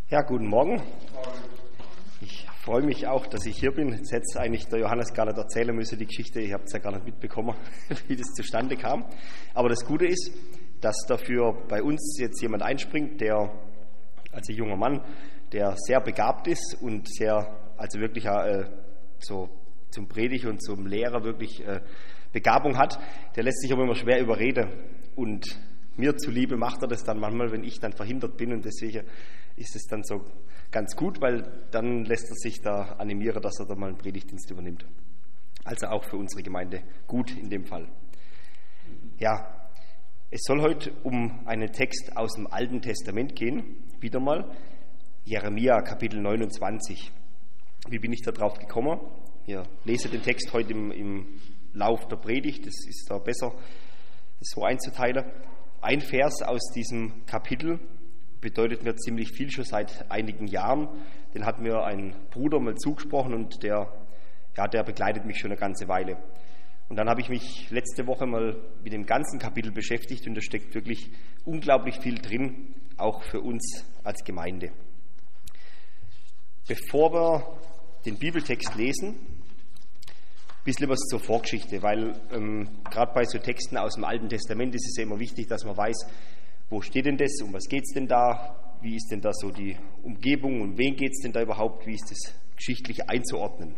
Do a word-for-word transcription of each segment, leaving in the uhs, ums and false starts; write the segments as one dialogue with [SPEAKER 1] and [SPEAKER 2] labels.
[SPEAKER 1] Ja, guten Morgen. Ich freue mich auch, dass ich hier bin. Jetzt hätte es eigentlich der Johannes gar nicht erzählen müssen, die Geschichte. Ich habe es ja gar nicht mitbekommen, wie das zustande kam. Aber das Gute ist, dass dafür bei uns jetzt jemand einspringt, der als junger Mann, der sehr begabt ist und sehr, also wirklich äh, so zum Prediger und zum Lehrer wirklich äh, Begabung hat. Der lässt sich aber immer schwer überreden. Und mir zuliebe macht er das dann manchmal, wenn ich dann verhindert bin, und deswegen ist es dann so ganz gut, weil dann lässt er sich da animieren, dass er da mal einen Predigtdienst übernimmt. Also auch für unsere Gemeinde gut in dem Fall. Ja, es soll heute um einen Text aus dem Alten Testament gehen, wieder mal, Jeremia Kapitel neunundzwanzig. Wie bin ich da drauf gekommen? Ich lese den Text heute im, im Lauf der Predigt, das ist da besser, das so einzuteilen. Ein Vers aus diesem Kapitel bedeutet mir ziemlich viel schon seit einigen Jahren. Den hat mir ein Bruder mal zugesprochen und der, ja, der begleitet mich schon eine ganze Weile. Und dann habe ich mich letzte Woche mal mit dem ganzen Kapitel beschäftigt und da steckt wirklich unglaublich viel drin, auch für uns als Gemeinde. Bevor wir den Bibeltext lesen, ein bisschen was zur Vorgeschichte, weil ähm, gerade bei so Texten aus dem Alten Testament ist es ja immer wichtig, dass man weiß, wo steht denn das, um was geht es denn da, wie ist denn da so die Umgebung, um wen geht es denn da überhaupt, wie ist das geschichtlich einzuordnen.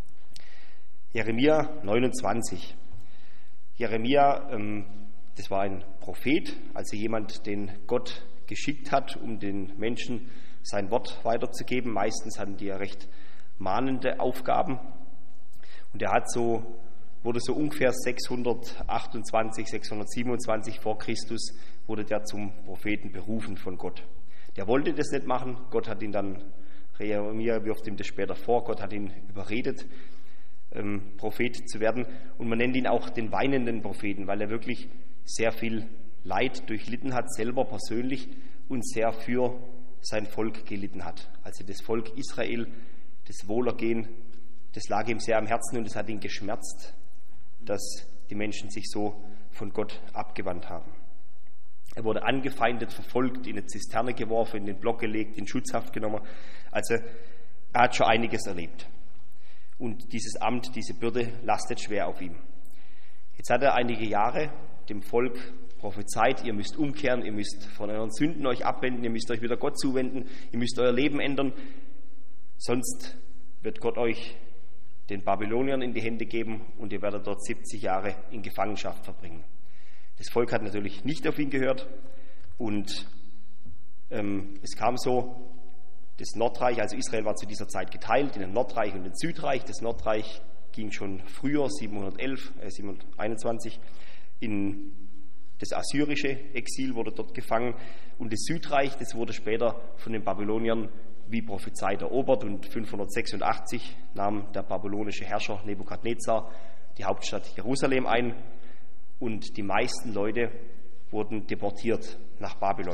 [SPEAKER 1] Jeremia neunundzwanzig. Jeremia, ähm, das war ein Prophet, also jemand, den Gott geschickt hat, um den Menschen sein Wort weiterzugeben. Meistens hatten die ja recht mahnende Aufgaben. Und er hat so, wurde so ungefähr sechshundertachtundzwanzig, sechshundertsiebenundzwanzig vor Christus, wurde der zum Propheten berufen von Gott. Der wollte das nicht machen, Gott hat ihn dann, Jeremia wirft ihm das später vor, Gott hat ihn überredet, ähm, Prophet zu werden. Und man nennt ihn auch den weinenden Propheten, weil er wirklich sehr viel Leid durchlitten hat, selber persönlich, und sehr für sein Volk gelitten hat. Also das Volk Israel, das Wohlergehen, das lag ihm sehr am Herzen und es hat ihn geschmerzt, dass die Menschen sich so von Gott abgewandt haben. Er wurde angefeindet, verfolgt, in eine Zisterne geworfen, in den Block gelegt, in Schutzhaft genommen. Also er hat schon einiges erlebt. Und dieses Amt, diese Bürde lastet schwer auf ihm. Jetzt hat er einige Jahre dem Volk prophezeit, ihr müsst umkehren, ihr müsst von euren Sünden euch abwenden, ihr müsst euch wieder Gott zuwenden, ihr müsst euer Leben ändern, sonst wird Gott euch den Babyloniern in die Hände geben und ihr werdet dort siebzig Jahre in Gefangenschaft verbringen. Das Volk hat natürlich nicht auf ihn gehört und ähm, es kam so, das Nordreich, also Israel war zu dieser Zeit geteilt in ein Nordreich und ein Südreich. Das Nordreich ging schon früher, siebenhundertelf, äh, siebenhunderteinundzwanzig, in das assyrische Exil, wurde dort gefangen, und das Südreich, das wurde später von den Babyloniern wie prophezeit erobert, und fünfhundertsechsundachtzig nahm der babylonische Herrscher Nebukadnezar die Hauptstadt Jerusalem ein und die meisten Leute wurden deportiert nach Babylon.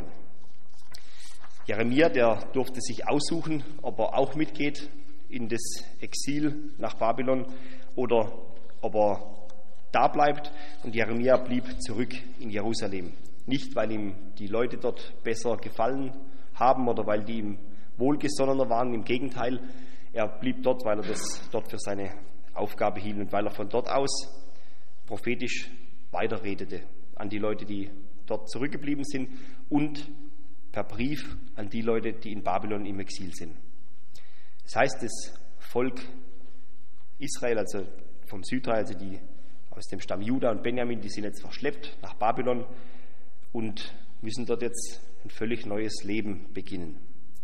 [SPEAKER 1] Jeremia, der durfte sich aussuchen, ob er auch mitgeht in das Exil nach Babylon oder ob er da bleibt, und Jeremia blieb zurück in Jerusalem. Nicht, weil ihm die Leute dort besser gefallen haben oder weil die ihm wohlgesonnener waren, im Gegenteil, er blieb dort, weil er das dort für seine Aufgabe hielt und weil er von dort aus prophetisch weiterredete an die Leute, die dort zurückgeblieben sind, und per Brief an die Leute, die in Babylon im Exil sind. Das heißt, das Volk Israel, also vom Südreich, also die aus dem Stamm Juda und Benjamin, die sind jetzt verschleppt nach Babylon und müssen dort jetzt ein völlig neues Leben beginnen.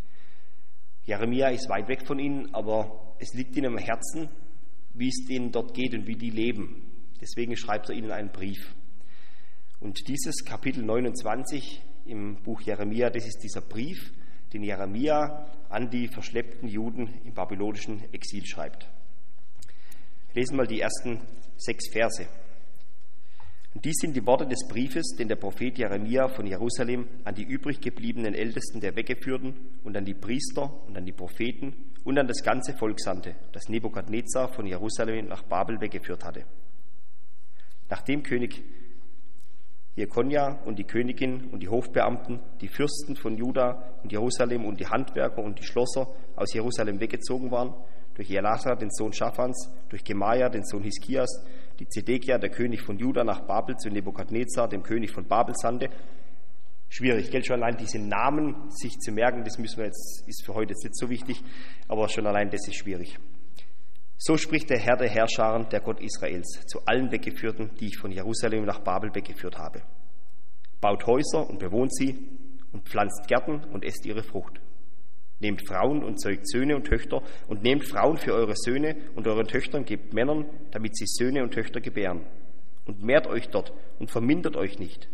[SPEAKER 1] Jeremia ist weit weg von ihnen, aber es liegt ihnen am Herzen, wie es denen dort geht und wie die leben. Deswegen schreibt er ihnen einen Brief. Und dieses Kapitel neunundzwanzig im Buch Jeremia, das ist dieser Brief, den Jeremia an die verschleppten Juden im babylonischen Exil schreibt. Lesen wir mal die ersten sechs Verse. Und dies sind die Worte des Briefes, den der Prophet Jeremia von Jerusalem an die übrig gebliebenen Ältesten der Weggeführten und an die Priester und an die Propheten und an das ganze Volk sandte, das Nebukadnezar von Jerusalem nach Babel weggeführt hatte. Nachdem König Jekonja und die Königin und die Hofbeamten, die Fürsten von Juda und Jerusalem und die Handwerker und die Schlosser aus Jerusalem weggezogen waren, durch Elasa, den Sohn Schaphans, durch Gemaja, den Sohn Hiskias, die Zedekia, der König von Juda, nach Babel zu Nebukadnezar, dem König von Babel, sandte. Schwierig, gell? Schon allein diese Namen sich zu merken, das müssen wir jetzt, ist für heute jetzt nicht so wichtig, aber schon allein das ist schwierig. So spricht der Herr der Herrscharen, der Gott Israels, zu allen Weggeführten, die ich von Jerusalem nach Babel weggeführt habe. Baut Häuser und bewohnt sie und pflanzt Gärten und esst ihre Frucht. Nehmt Frauen und zeugt Söhne und Töchter und nehmt Frauen für eure Söhne und euren Töchtern gebt Männern, damit sie Söhne und Töchter gebären. Und mehrt euch dort und vermindert euch nicht.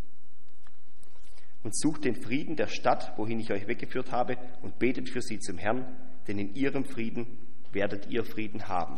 [SPEAKER 1] Und sucht den Frieden der Stadt, wohin ich euch weggeführt habe, und betet für sie zum Herrn, denn in ihrem Frieden werdet ihr Frieden haben.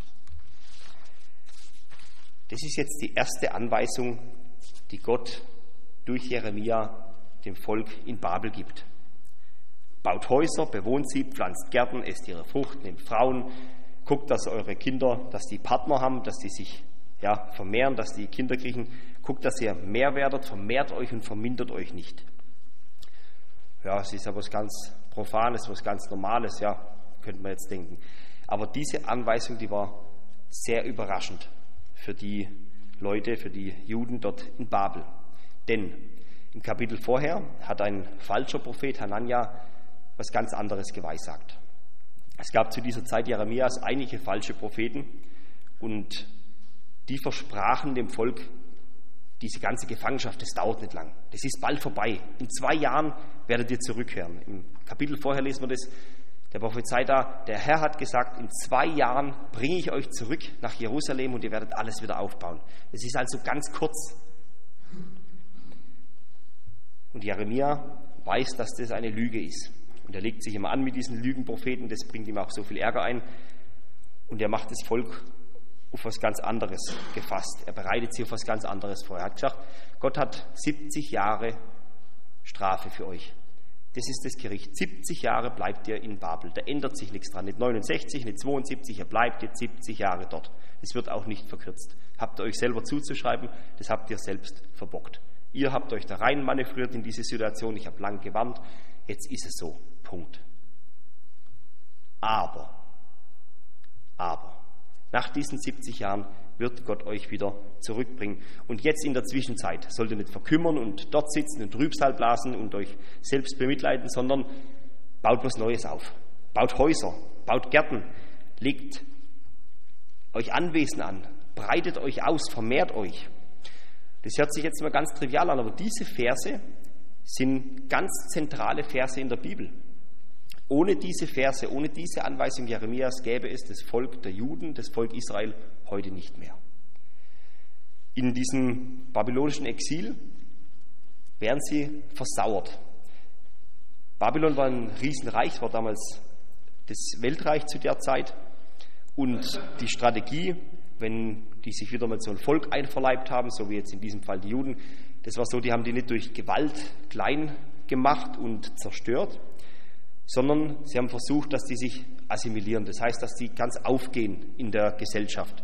[SPEAKER 1] Das ist jetzt die erste Anweisung, die Gott durch Jeremia dem Volk in Babel gibt. Baut Häuser, bewohnt sie, pflanzt Gärten, esst ihre Frucht, nehmt Frauen, guckt, dass eure Kinder, dass die Partner haben, dass die sich ja, vermehren, dass die Kinder kriegen. Guckt, dass ihr mehr werdet, vermehrt euch und vermindert euch nicht. Ja, es ist aber was ganz Profanes, was ganz Normales, ja, könnte man jetzt denken. Aber diese Anweisung, die war sehr überraschend für die Leute, für die Juden dort in Babel. Denn im Kapitel vorher hat ein falscher Prophet, Hanania, was ganz anderes geweissagt. Es gab zu dieser Zeit Jeremias einige falsche Propheten und die versprachen dem Volk, diese ganze Gefangenschaft, das dauert nicht lang. Das ist bald vorbei. In zwei Jahren werdet ihr zurückkehren. Im Kapitel vorher lesen wir das, der Prophezei da, der Herr hat gesagt, in zwei Jahren bringe ich euch zurück nach Jerusalem und ihr werdet alles wieder aufbauen. Es ist also ganz kurz. Und Jeremia weiß, dass das eine Lüge ist. Und er legt sich immer an mit diesen Lügenpropheten, das bringt ihm auch so viel Ärger ein. Und er macht das Volk auf was ganz anderes gefasst. Er bereitet sie auf was ganz anderes vor. Er hat gesagt, Gott hat siebzig Jahre Strafe für euch. Das ist das Gericht. siebzig Jahre bleibt ihr in Babel. Da ändert sich nichts dran. Nicht neunundsechzig, nicht zweiundsiebzig, ihr bleibt jetzt siebzig Jahre dort. Es wird auch nicht verkürzt. Habt ihr euch selber zuzuschreiben, das habt ihr selbst verbockt. Ihr habt euch da rein manövriert in diese Situation, ich habe lang gewarnt, jetzt ist es so. Punkt. Aber, aber, nach diesen siebzig Jahren wird Gott euch wieder zurückbringen. Und jetzt in der Zwischenzeit sollt ihr nicht verkümmern und dort sitzen und Trübsal blasen und euch selbst bemitleiden, sondern baut was Neues auf. Baut Häuser, baut Gärten, legt euch Anwesen an, breitet euch aus, vermehrt euch. Das hört sich jetzt mal ganz trivial an, aber diese Verse sind ganz zentrale Verse in der Bibel. Ohne diese Verse, ohne diese Anweisung Jeremias gäbe es das Volk der Juden, das Volk Israel, heute nicht mehr. In diesem babylonischen Exil wären sie versauert. Babylon war ein Riesenreich, war damals das Weltreich zu der Zeit. Und die Strategie, wenn die sich wieder mal so ein Volk einverleibt haben, so wie jetzt in diesem Fall die Juden, das war so, die haben die nicht durch Gewalt klein gemacht und zerstört, sondern sie haben versucht, dass die sich assimilieren. Das heißt, dass die ganz aufgehen in der Gesellschaft.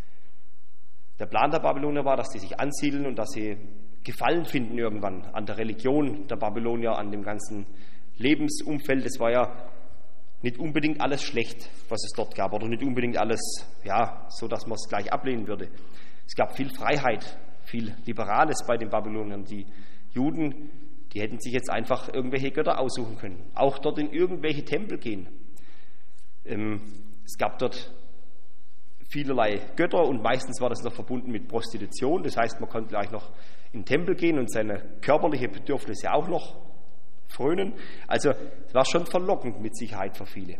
[SPEAKER 1] Der Plan der Babylonier war, dass die sich ansiedeln und dass sie Gefallen finden irgendwann an der Religion der Babylonier, an dem ganzen Lebensumfeld. Das war ja nicht unbedingt alles schlecht, was es dort gab, oder nicht unbedingt alles, ja, so, dass man es gleich ablehnen würde. Es gab viel Freiheit, viel Liberales bei den Babyloniern. Die Juden, die hätten sich jetzt einfach irgendwelche Götter aussuchen können, auch dort in irgendwelche Tempel gehen. Ähm, es gab dort vielerlei Götter und meistens war das noch verbunden mit Prostitution. Das heißt, man konnte gleich noch in den Tempel gehen und seine körperlichen Bedürfnisse auch noch frönen. Also es war schon verlockend mit Sicherheit für viele.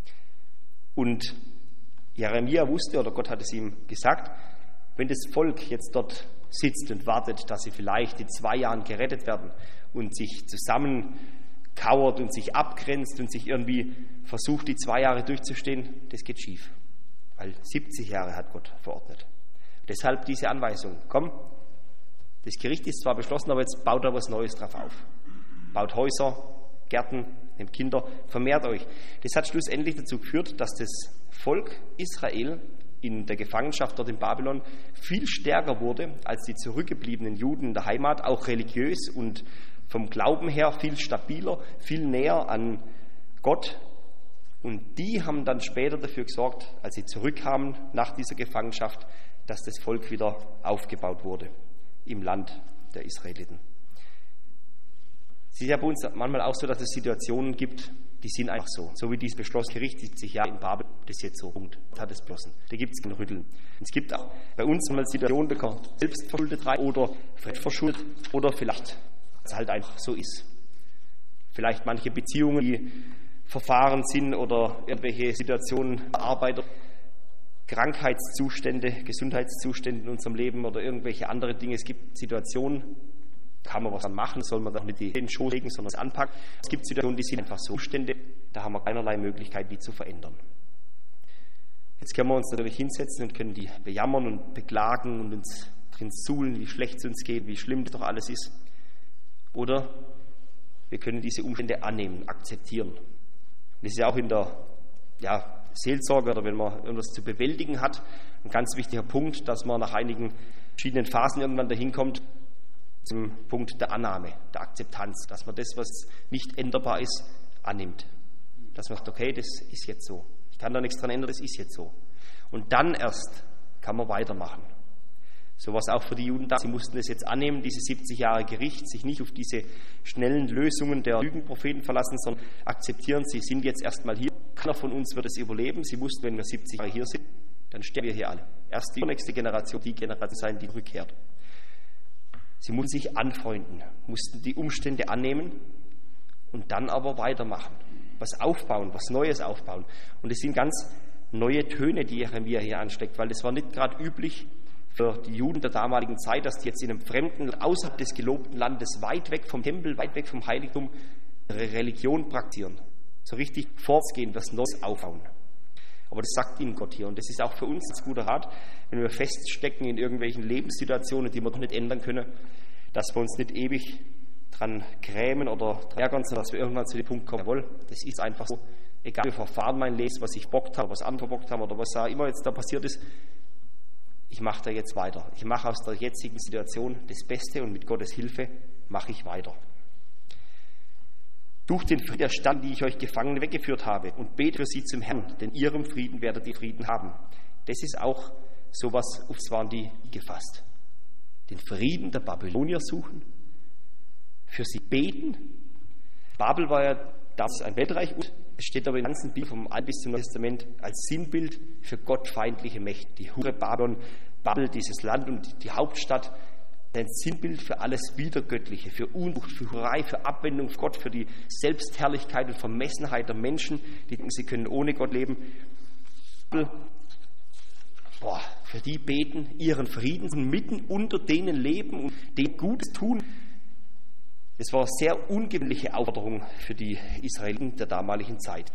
[SPEAKER 1] Und Jeremia wusste, oder Gott hat es ihm gesagt, wenn das Volk jetzt dort sitzt und wartet, dass sie vielleicht in zwei Jahren gerettet werden und sich zusammenkauert und sich abgrenzt und sich irgendwie versucht, die zwei Jahre durchzustehen, das geht schief. Weil siebzig Jahre hat Gott verordnet. Deshalb diese Anweisung. Komm, das Gericht ist zwar beschlossen, aber jetzt baut da was Neues drauf auf. Baut Häuser, Gärten, nehmt Kinder, vermehrt euch. Das hat schlussendlich dazu geführt, dass das Volk Israel in der Gefangenschaft dort in Babylon viel stärker wurde als die zurückgebliebenen Juden in der Heimat, auch religiös und vom Glauben her viel stabiler, viel näher an Gott. Und die haben dann später dafür gesorgt, als sie zurückkamen nach dieser Gefangenschaft, dass das Volk wieder aufgebaut wurde im Land der Israeliten. Es ist ja bei uns manchmal auch so, dass es Situationen gibt, die sind einfach so. So wie dieses beschlossene Gericht siebzig Jahre in Babel, das ist jetzt so, Punkt, hat es beschlossen. Da gibt es kein Rütteln. Es gibt auch bei uns mal Situationen, da kann selbst verschuldet rein oder verschuldet oder vielleicht, es halt einfach so ist. Vielleicht manche Beziehungen, die Verfahren sind oder irgendwelche Situationen, Arbeiter, Krankheitszustände, Gesundheitszustände in unserem Leben oder irgendwelche andere Dinge. Es gibt Situationen, kann man was dann machen, soll man doch nicht die den Schoß legen, sondern es anpacken. Es gibt Situationen, die sind einfach Zustände, da haben wir keinerlei Möglichkeit, die zu verändern. Jetzt können wir uns natürlich hinsetzen und können die bejammern und beklagen und uns drin suhlen, wie schlecht es uns geht, wie schlimm das doch alles ist. Oder wir können diese Umstände annehmen, akzeptieren. Und das ist ja auch in der ja, Seelsorge oder wenn man irgendwas zu bewältigen hat, ein ganz wichtiger Punkt, dass man nach einigen verschiedenen Phasen irgendwann dahin kommt, zum Punkt der Annahme, der Akzeptanz, dass man das, was nicht änderbar ist, annimmt. Dass man sagt, okay, das ist jetzt so. Ich kann da nichts dran ändern, das ist jetzt so. Und dann erst kann man weitermachen. So war es auch für die Juden da. Sie mussten das jetzt annehmen, diese siebzig Jahre Gericht, sich nicht auf diese schnellen Lösungen der Lügenpropheten verlassen, sondern akzeptieren, sie sind jetzt erstmal hier. Keiner von uns wird es überleben. Sie wussten, wenn wir siebzig Jahre hier sind, dann sterben wir hier alle. Erst die nächste Generation, die Generation sein, die rückkehrt. Sie mussten sich anfreunden, mussten die Umstände annehmen und dann aber weitermachen. Was aufbauen, was Neues aufbauen. Und es sind ganz neue Töne, die Jeremia hier ansteckt, weil es war nicht gerade üblich für die Juden der damaligen Zeit, dass die jetzt in einem fremden, außerhalb des gelobten Landes, weit weg vom Tempel, weit weg vom Heiligtum, ihre Religion praktizieren. So richtig vorwärtsgehen, was Neues aufbauen. Aber das sagt ihnen Gott hier. Und das ist auch für uns ein guter Rat, wenn wir feststecken in irgendwelchen Lebenssituationen, die wir doch nicht ändern können, dass wir uns nicht ewig dran grämen oder ärgern, sondern dass wir irgendwann zu dem Punkt kommen, jawohl, das ist einfach so. Egal, wie Verfahren mein lese, was ich bockt habe, was andere verbockt haben oder was da immer jetzt da passiert ist, ich mache da jetzt weiter. Ich mache aus der jetzigen Situation das Beste und mit Gottes Hilfe mache ich weiter. Sucht den Frieden der Stadt, die ich euch gefangen weggeführt habe, und betet für sie zum Herrn, denn ihrem Frieden werdet ihr Frieden haben. Das ist auch sowas, auf das waren die gefasst. Den Frieden der Babylonier suchen, für sie beten. Babel war ja das ein Weltreich, es steht aber im ganzen Bild vom Alten bis zum Neuen Testament als Sinnbild für gottfeindliche Mächte. Die Hure Babylon, Babel, dieses Land und die Hauptstadt, ein Sinnbild für alles Widergöttliche, für Unzucht, für Hurerei, für Abwendung von Gott, für die Selbstherrlichkeit und Vermessenheit der Menschen, die denken, sie können ohne Gott leben. Boah, für die beten, ihren Frieden mitten unter denen leben und denen Gutes tun. Das war eine sehr ungewöhnliche Aufforderung für die Israeliten der damaligen Zeit.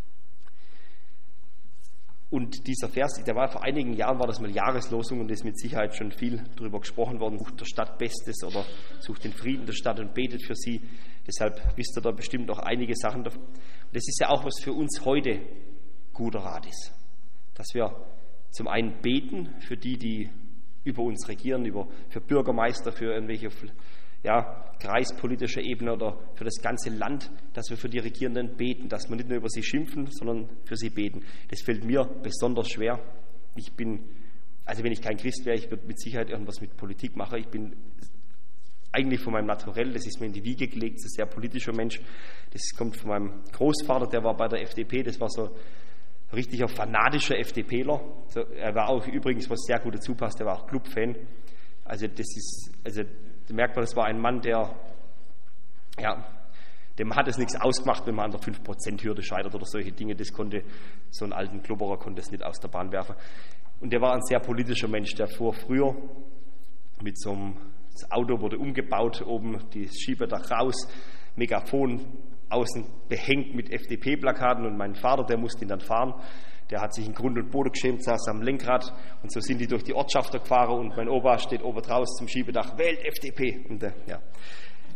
[SPEAKER 1] Und dieser Vers, der war vor einigen Jahren, war das mal Jahreslosung und ist mit Sicherheit schon viel darüber gesprochen worden. Sucht der Stadt Bestes oder sucht den Frieden der Stadt und betet für sie. Deshalb wisst ihr da bestimmt auch einige Sachen davon. Und das ist ja auch, was für uns heute guter Rat ist. Dass wir zum einen beten für die, die über uns regieren, über, für Bürgermeister, für irgendwelche ja, kreispolitischer Ebene oder für das ganze Land, dass wir für die Regierenden beten, dass wir nicht nur über sie schimpfen, sondern für sie beten. Das fällt mir besonders schwer. Ich bin, also wenn ich kein Christ wäre, ich würde mit Sicherheit irgendwas mit Politik machen. Ich bin eigentlich von meinem Naturell, das ist mir in die Wiege gelegt, das ist ein sehr politischer Mensch. Das kommt von meinem Großvater, der war bei der F D P, das war so ein richtiger fanatischer FDPler. So, er war auch übrigens, was sehr gut dazu passt, er war auch Clubfan. Also das ist, also da merkt man, das war ein Mann, der, ja, dem hat es nichts ausgemacht, wenn man an der fünf Prozent Hürde scheitert oder solche Dinge. Das konnte, so einen alten Klubberer konnte es nicht aus der Bahn werfen. Und der war ein sehr politischer Mensch, der fuhr früher mit so einem, das Auto wurde umgebaut, oben das Schiebedach raus, Megafon außen behängt mit F D P-Plakaten und mein Vater, der musste ihn dann fahren. Der hat sich in Grund und Boden geschämt, saß am Lenkrad und so sind die durch die Ortschaft gefahren und mein Opa steht oben draus zum Schiebedach, wählt F D P. Und, äh, ja.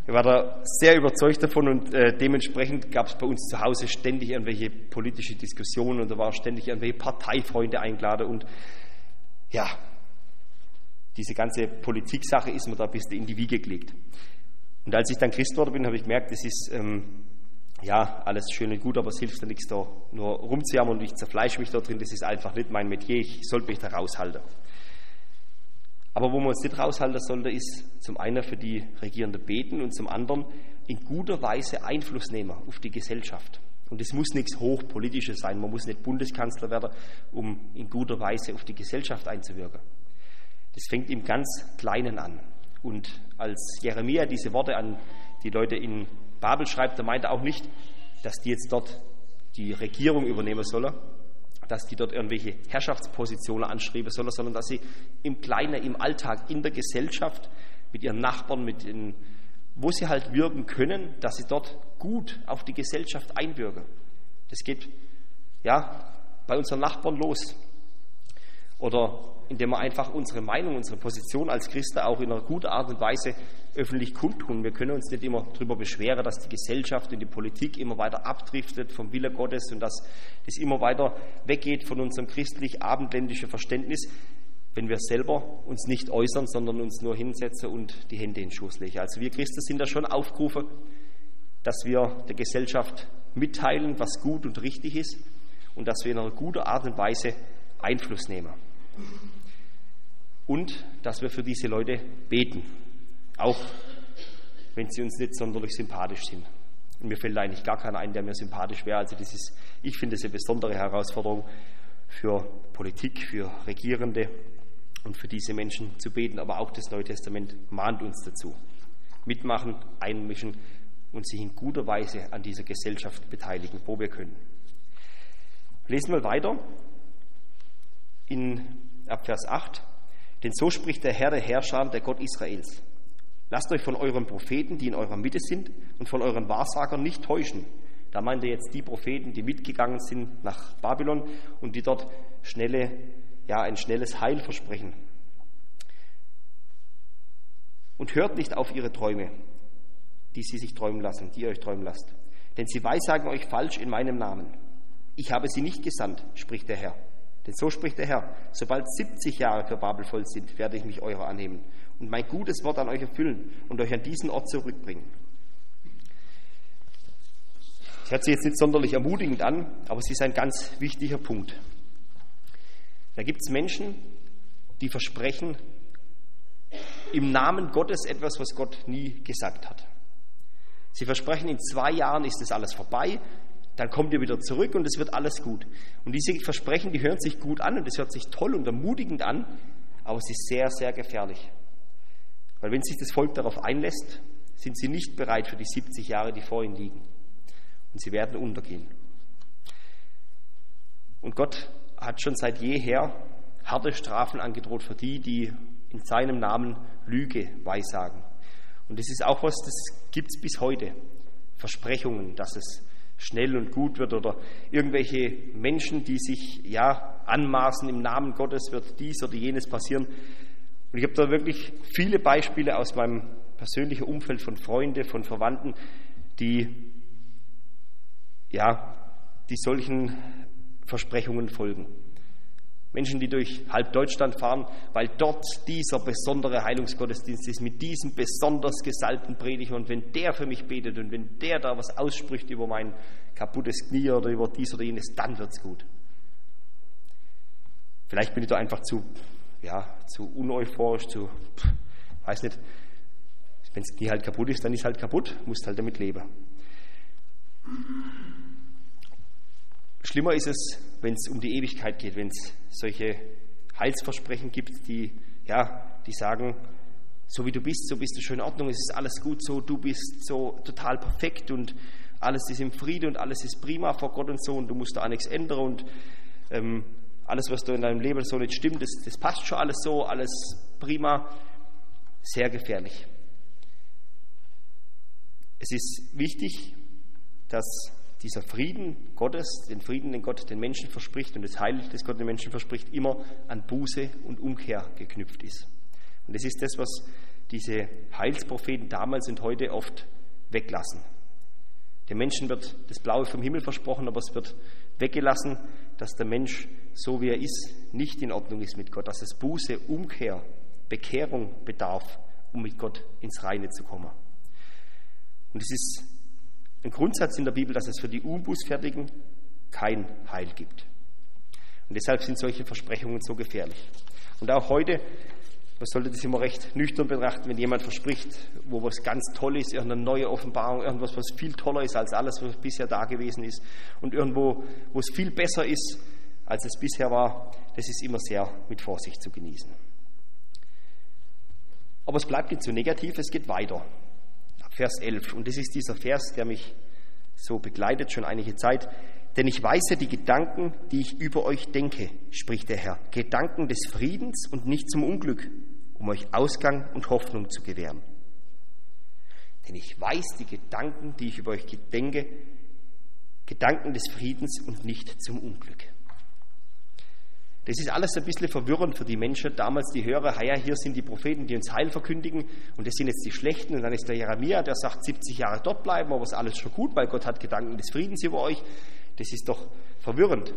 [SPEAKER 1] Ich war da sehr überzeugt davon und äh, dementsprechend gab es bei uns zu Hause ständig irgendwelche politische Diskussionen und da waren ständig irgendwelche Parteifreunde eingeladen und ja, diese ganze Politik-Sache ist mir da ein bisschen in die Wiege gelegt. Und als ich dann Christ geworden bin, habe ich gemerkt, das ist ähm, ja alles schön und gut, aber es hilft da nichts, da nur rumzujammern und ich zerfleische mich da drin, das ist einfach nicht mein Metier, ich sollte mich da raushalten. Aber wo man uns nicht raushalten sollte, ist zum einen für die Regierenden beten und zum anderen in guter Weise Einfluss nehmen auf die Gesellschaft. Und es muss nichts Hochpolitisches sein, man muss nicht Bundeskanzler werden, um in guter Weise auf die Gesellschaft einzuwirken. Das fängt im ganz Kleinen an. Und als Jeremia diese Worte an die Leute in Babel schreibt, da meint er auch nicht, dass die jetzt dort die Regierung übernehmen sollen, dass die dort irgendwelche Herrschaftspositionen anschreiben sollen, sondern dass sie im Kleinen, im Alltag, in der Gesellschaft, mit ihren Nachbarn, mit den, wo sie halt wirken können, dass sie dort gut auf die Gesellschaft einwirken. Das geht ja bei unseren Nachbarn los. Oder indem wir einfach unsere Meinung, unsere Position als Christen auch in einer guten Art und Weise öffentlich kundtun. Wir können uns nicht immer darüber beschweren, dass die Gesellschaft und die Politik immer weiter abdriftet vom Wille Gottes und dass das immer weiter weggeht von unserem christlich-abendländischen Verständnis, wenn wir selber uns nicht äußern, sondern uns nur hinsetzen und die Hände in den Schoß legen. Also wir Christen sind da schon aufgerufen, dass wir der Gesellschaft mitteilen, was gut und richtig ist und dass wir in einer guten Art und Weise Einfluss nehmen. Und dass wir für diese Leute beten, auch wenn sie uns nicht sonderlich sympathisch sind. Und mir fällt eigentlich gar keiner ein, der mir sympathisch wäre. Also das ist, ich finde es eine besondere Herausforderung für Politik, für Regierende und für diese Menschen zu beten. Aber auch das Neue Testament mahnt uns dazu. Mitmachen, einmischen und sich in guter Weise an dieser Gesellschaft beteiligen, wo wir können. Lesen wir weiter in ab Vers acht. Denn so spricht der Herr der Herrscher, der Gott Israels. Lasst euch von euren Propheten, die in eurer Mitte sind, und von euren Wahrsagern nicht täuschen. Da meint er jetzt die Propheten, die mitgegangen sind nach Babylon und die dort schnelle, ja, ein schnelles Heil versprechen. Und hört nicht auf ihre Träume, die sie sich träumen lassen, die ihr euch träumen lasst. Denn sie weissagen euch falsch in meinem Namen. Ich habe sie nicht gesandt, spricht der Herr. Denn so spricht der Herr, sobald siebzig Jahre für Babel voll sind, werde ich mich eurer annehmen und mein gutes Wort an euch erfüllen und euch an diesen Ort zurückbringen. Das hört sich jetzt nicht sonderlich ermutigend an, aber es ist ein ganz wichtiger Punkt. Da gibt es Menschen, die versprechen im Namen Gottes etwas, was Gott nie gesagt hat. Sie versprechen, in zwei Jahren ist das alles vorbei, dann kommt ihr wieder zurück und es wird alles gut. Und diese Versprechen, die hören sich gut an und es hört sich toll und ermutigend an, aber es ist sehr, sehr gefährlich. Weil wenn sich das Volk darauf einlässt, sind sie nicht bereit für die siebzig Jahre, die vor ihnen liegen. Und sie werden untergehen. Und Gott hat schon seit jeher harte Strafen angedroht für die, die in seinem Namen Lüge weissagen. Und das ist auch was, das gibt es bis heute. Versprechungen, dass es schnell und gut wird oder irgendwelche Menschen, die sich ja anmaßen, im Namen Gottes wird dies oder jenes passieren. Und ich habe da wirklich viele Beispiele aus meinem persönlichen Umfeld von Freunden, von Verwandten, die ja, die solchen Versprechungen folgen. Menschen, die durch halb Deutschland fahren, weil dort dieser besondere Heilungsgottesdienst ist, mit diesem besonders gesalbten Prediger. Und wenn der für mich betet und wenn der da was ausspricht über mein kaputtes Knie oder über dies oder jenes, dann wird's gut. Vielleicht bin ich da einfach zu, ja, zu uneuphorisch, zu, pff, weiß nicht. Wenn das Knie halt kaputt ist, dann ist halt kaputt, musst halt damit leben. Schlimmer ist es, wenn es um die Ewigkeit geht, wenn es solche Heilsversprechen gibt, die, ja, die sagen, so wie du bist, so bist du schon in Ordnung, es ist alles gut so, du bist so total perfekt und alles ist im Friede und alles ist prima vor Gott und so und du musst da auch nichts ändern und ähm, alles, was du in deinem Leben so nicht stimmt, das, das passt schon alles so, alles prima. Sehr gefährlich. Es ist wichtig, dass dieser Frieden Gottes, den Frieden, den Gott den Menschen verspricht und das Heil, das Gott den Menschen verspricht, immer an Buße und Umkehr geknüpft ist. Und das ist das, was diese Heilspropheten damals und heute oft weglassen. Den Menschen wird das Blaue vom Himmel versprochen, aber es wird weggelassen, dass der Mensch, so wie er ist, nicht in Ordnung ist mit Gott, dass es Buße, Umkehr, Bekehrung bedarf, um mit Gott ins Reine zu kommen. Und es ist ein Grundsatz in der Bibel, dass es für die Unbußfertigen kein Heil gibt. Und deshalb sind solche Versprechungen so gefährlich. Und auch heute, man sollte das immer recht nüchtern betrachten, wenn jemand verspricht, wo was ganz toll ist, irgendeine neue Offenbarung, irgendwas, was viel toller ist als alles, was bisher da gewesen ist, und irgendwo, wo es viel besser ist, als es bisher war, das ist immer sehr mit Vorsicht zu genießen. Aber es bleibt nicht so negativ, es geht weiter. Ab Vers elf, und das ist dieser Vers, der mich so begleitet schon einige Zeit. Denn ich weiß ja die Gedanken, die ich über euch denke, spricht der Herr. Gedanken des Friedens und nicht zum Unglück, um euch Ausgang und Hoffnung zu gewähren. Denn ich weiß die Gedanken, die ich über euch denke, Gedanken des Friedens und nicht zum Unglück. Das ist alles ein bisschen verwirrend für die Menschen. Damals die Hörer, ja, hier sind die Propheten, die uns Heil verkündigen, und das sind jetzt die Schlechten. Und dann ist der Jeremia, der sagt, siebzig Jahre dort bleiben, aber es ist alles schon gut, weil Gott hat Gedanken des Friedens über euch. Das ist doch verwirrend.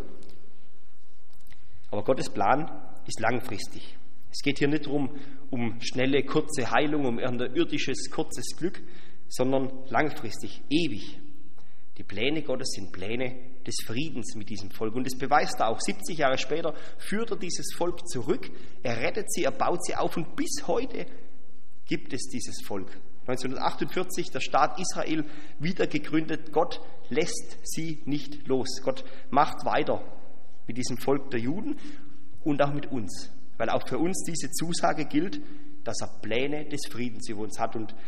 [SPEAKER 1] Aber Gottes Plan ist langfristig. Es geht hier nicht darum, um schnelle, kurze Heilung, um irgendein irdisches, kurzes Glück, sondern langfristig, ewig. Die Pläne Gottes sind Pläne des Friedens mit diesem Volk. Und das beweist er auch. siebzig Jahre später führt er dieses Volk zurück, er rettet sie, er baut sie auf, und bis heute gibt es dieses Volk. neunzehnhundertachtundvierzig, der Staat Israel, wieder gegründet. Gott lässt sie nicht los. Gott macht weiter mit diesem Volk der Juden und auch mit uns. Weil auch für uns diese Zusage gilt, dass er Pläne des Friedens über uns hat. Und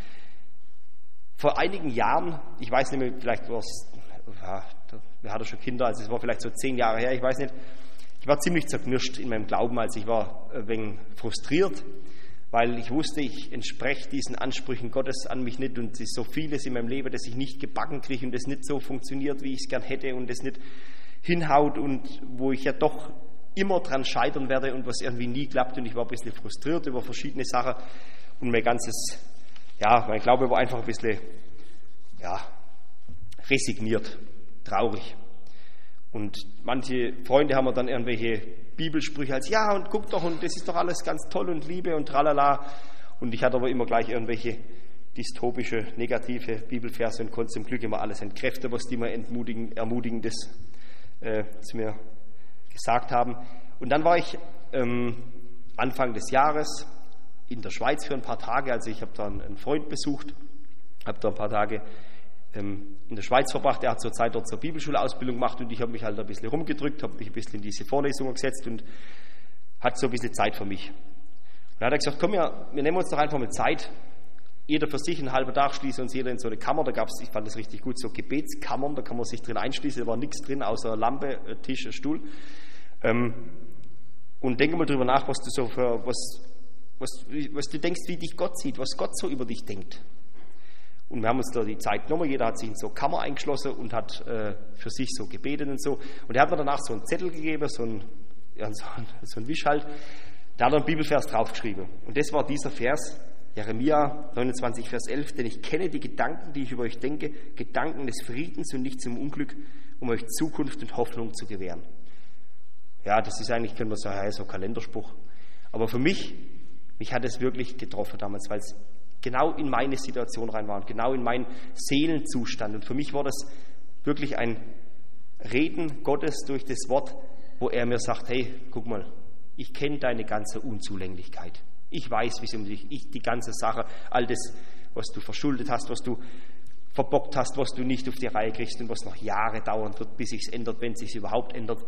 [SPEAKER 1] vor einigen Jahren, ich weiß nicht mehr, vielleicht war es, ja, wer hatte schon Kinder, also es war vielleicht so zehn Jahre her, ich weiß nicht, ich war ziemlich zerknirscht in meinem Glauben, als ich war ein wenig frustriert, weil ich wusste, ich entspreche diesen Ansprüchen Gottes an mich nicht, und es ist so vieles in meinem Leben, das ich nicht gebacken kriege und das nicht so funktioniert, wie ich es gern hätte, und das nicht hinhaut und wo ich ja doch immer dran scheitern werde und was irgendwie nie klappt, und ich war ein bisschen frustriert über verschiedene Sachen und mein ganzes, ja, mein Glaube war einfach ein bisschen, ja, resigniert, traurig. Und manche Freunde haben mir dann irgendwelche Bibelsprüche als, ja, und guck doch, und das ist doch alles ganz toll und Liebe und tralala. Und ich hatte aber immer gleich irgendwelche dystopische, negative Bibelverse und konnte zum Glück immer alles entkräften, was die mir entmutigen, Ermutigendes äh, zu mir gesagt haben. Und dann war ich ähm, Anfang des Jahres in der Schweiz für ein paar Tage. Also ich habe da einen Freund besucht, habe da ein paar Tage ähm, in der Schweiz verbracht. Er hat zur Zeit dort zur Bibelschulausbildung gemacht, und ich habe mich halt ein bisschen rumgedrückt, habe mich ein bisschen in diese Vorlesungen gesetzt und hatte so ein bisschen Zeit für mich. Und dann hat er gesagt, komm, ja, wir nehmen uns doch einfach mal Zeit, jeder für sich einen halben Tag, schließen uns jeder in so eine Kammer. Da gab es, ich fand das richtig gut, so Gebetskammern, da kann man sich drin einschließen, da war nichts drin, außer Lampe, Tisch, Stuhl. Ähm, und denke mal drüber nach, was du so für, was, was, was du denkst, wie dich Gott sieht, was Gott so über dich denkt. Und wir haben uns da die Zeit genommen, jeder hat sich in so eine Kammer eingeschlossen und hat äh, für sich so gebetet und so. Und er hat mir danach so einen Zettel gegeben, so ein, ja, so ein, so ein Wisch halt, da hat er einen Bibelvers draufgeschrieben. Und das war dieser Vers, Jeremia neunundzwanzig, Vers elf, denn ich kenne die Gedanken, die ich über euch denke, Gedanken des Friedens und nicht zum Unglück, um euch Zukunft und Hoffnung zu gewähren. Ja, das ist eigentlich, können wir sagen, ja, so ein Kalenderspruch. Aber für mich, mich hat es wirklich getroffen damals, weil es genau in meine Situation rein war und genau in meinen Seelenzustand. Und für mich war das wirklich ein Reden Gottes durch das Wort, wo er mir sagt, hey, guck mal, ich kenne deine ganze Unzulänglichkeit. Ich weiß, wie es um dich, ich, die ganze Sache, all das, was du verschuldet hast, was du verbockt hast, was du nicht auf die Reihe kriegst und was noch Jahre dauern wird, bis sich's ändert, wenn es sich überhaupt ändert.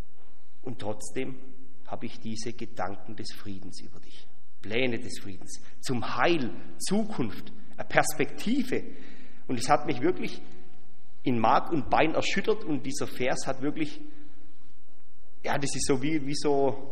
[SPEAKER 1] Und trotzdem habe ich diese Gedanken des Friedens über dich. Pläne des Friedens, zum Heil, Zukunft, eine Perspektive. Und es hat mich wirklich in Mark und Bein erschüttert, und dieser Vers hat wirklich, ja, das ist so wie, wie so,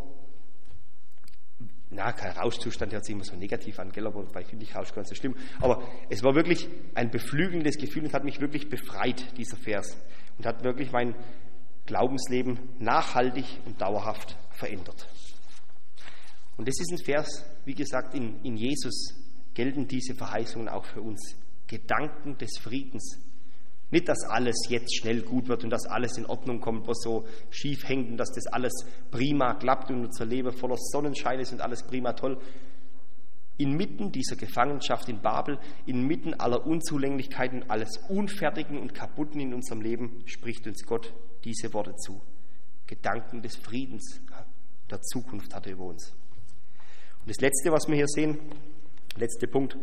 [SPEAKER 1] na, kein Rauschzustand, hört sich immer so negativ an, gell, aber bei finde ich Rausch gar nicht so schlimm. Aber es war wirklich ein beflügelndes Gefühl und hat mich wirklich befreit, dieser Vers. Und hat wirklich mein Glaubensleben nachhaltig und dauerhaft verändert. Und das ist ein Vers, wie gesagt, in, in Jesus gelten diese Verheißungen auch für uns. Gedanken des Friedens. Nicht, dass alles jetzt schnell gut wird und dass alles in Ordnung kommt, was so schief hängt und dass das alles prima klappt und unser Leben voller Sonnenschein ist und alles prima toll. Inmitten dieser Gefangenschaft in Babel, inmitten aller Unzulänglichkeiten, alles Unfertigen und Kaputten in unserem Leben, spricht uns Gott diese Worte zu. Gedanken des Friedens, der Zukunft hat er über uns. Und das Letzte, was wir hier sehen, letzter Punkt,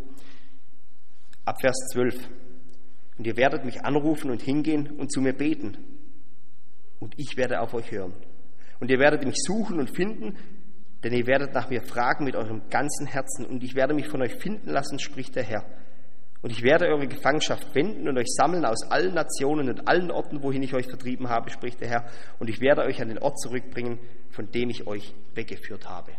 [SPEAKER 1] ab Vers zwölf. Und ihr werdet mich anrufen und hingehen und zu mir beten. Und ich werde auf euch hören. Und ihr werdet mich suchen und finden, denn ihr werdet nach mir fragen mit eurem ganzen Herzen. Und ich werde mich von euch finden lassen, spricht der Herr. Und ich werde eure Gefangenschaft wenden und euch sammeln aus allen Nationen und allen Orten, wohin ich euch vertrieben habe, spricht der Herr. Und ich werde euch an den Ort zurückbringen, von dem ich euch weggeführt habe.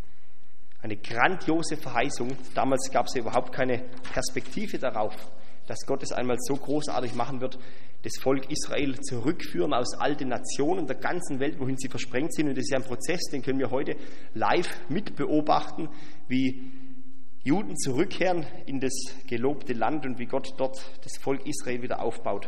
[SPEAKER 1] Eine grandiose Verheißung. Damals gab es ja überhaupt keine Perspektive darauf, dass Gott es einmal so großartig machen wird, das Volk Israel zurückführen aus all den Nationen der ganzen Welt, wohin sie versprengt sind. Und das ist ja ein Prozess, den können wir heute live mitbeobachten, wie Juden zurückkehren in das gelobte Land und wie Gott dort das Volk Israel wieder aufbaut.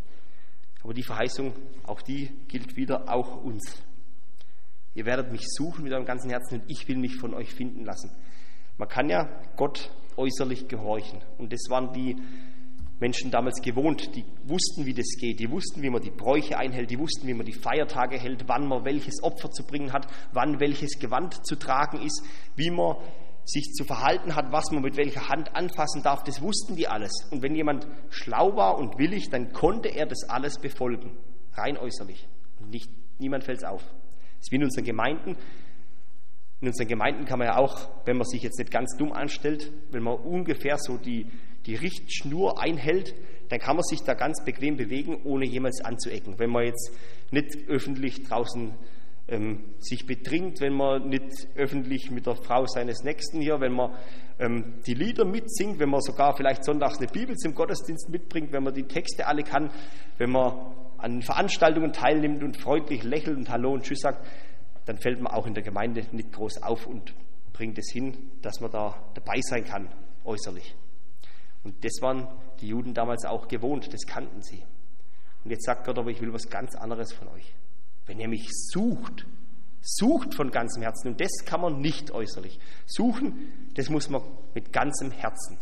[SPEAKER 1] Aber die Verheißung, auch die gilt wieder auch uns. Ihr werdet mich suchen mit eurem ganzen Herzen und ich will mich von euch finden lassen. Man kann ja Gott äußerlich gehorchen. Und das waren die Menschen damals gewohnt, die wussten, wie das geht, die wussten, wie man die Bräuche einhält, die wussten, wie man die Feiertage hält, wann man welches Opfer zu bringen hat, wann welches Gewand zu tragen ist, wie man sich zu verhalten hat, was man mit welcher Hand anfassen darf, das wussten die alles. Und wenn jemand schlau war und willig, dann konnte er das alles befolgen, rein äußerlich. Und nicht, niemand fällt es auf. Das ist wie in unseren Gemeinden. In unseren Gemeinden kann man ja auch, wenn man sich jetzt nicht ganz dumm anstellt, wenn man ungefähr so die die Richtschnur einhält, dann kann man sich da ganz bequem bewegen, ohne jemals anzuecken. Wenn man jetzt nicht öffentlich draußen ähm, sich betrinkt, wenn man nicht öffentlich mit der Frau seines Nächsten hier, wenn man ähm, die Lieder mitsingt, wenn man sogar vielleicht sonntags eine Bibel zum Gottesdienst mitbringt, wenn man die Texte alle kann, wenn man an Veranstaltungen teilnimmt und freundlich lächelt und Hallo und Tschüss sagt, dann fällt man auch in der Gemeinde nicht groß auf und bringt es hin, dass man da dabei sein kann, äußerlich. Und das waren die Juden damals auch gewohnt, das kannten sie. Und jetzt sagt Gott aber, ich will was ganz anderes von euch. Wenn ihr mich sucht, sucht von ganzem Herzen, und das kann man nicht äußerlich. Suchen, das muss man mit ganzem Herzen.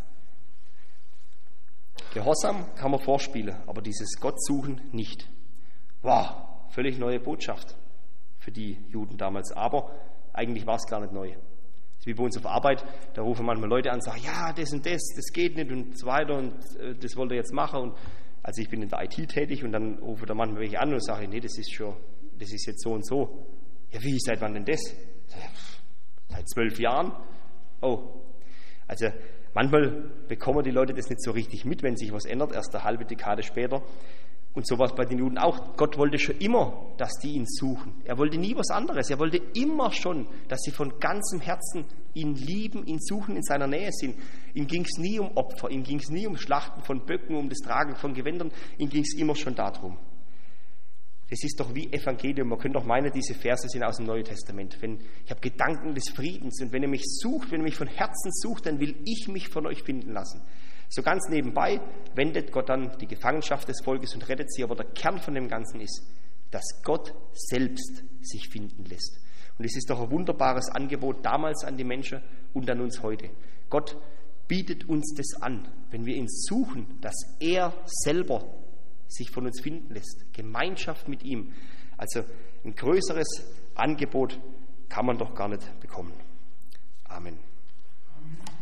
[SPEAKER 1] Gehorsam kann man vorspielen, aber dieses Gottsuchen nicht. Wow, völlig neue Botschaft für die Juden damals. Aber eigentlich war es gar nicht neu. Wie bei uns auf Arbeit, da rufen manchmal Leute an und sagen, ja, das und das, das geht nicht und so weiter und äh, das wollt ihr jetzt machen. Und also ich bin in der I T tätig und dann rufe da manchmal welche an und sage, nee, das ist schon, das ist jetzt so und so. Ja, wie, seit wann denn das? Seit zwölf Jahren. Oh, also manchmal bekommen die Leute das nicht so richtig mit, wenn sich was ändert, erst eine halbe Dekade später. Und so war es bei den Juden auch. Gott wollte schon immer, dass die ihn suchen. Er wollte nie was anderes. Er wollte immer schon, dass sie von ganzem Herzen ihn lieben, ihn suchen, in seiner Nähe sind. Ihm ging es nie um Opfer, ihm ging es nie um Schlachten von Böcken, um das Tragen von Gewändern. Ihm ging es immer schon darum. Das ist doch wie Evangelium. Man könnte doch meinen, diese Verse sind aus dem Neuen Testament. Wenn, ich habe Gedanken des Friedens und wenn ihr mich sucht, wenn ihr mich von Herzen sucht, dann will ich mich von euch finden lassen. So ganz nebenbei wendet Gott dann die Gefangenschaft des Volkes und rettet sie, aber der Kern von dem Ganzen ist, dass Gott selbst sich finden lässt. Und es ist doch ein wunderbares Angebot damals an die Menschen und an uns heute. Gott bietet uns das an, wenn wir ihn suchen, dass er selber sich von uns finden lässt. Gemeinschaft mit ihm. Also ein größeres Angebot kann man doch gar nicht bekommen. Amen.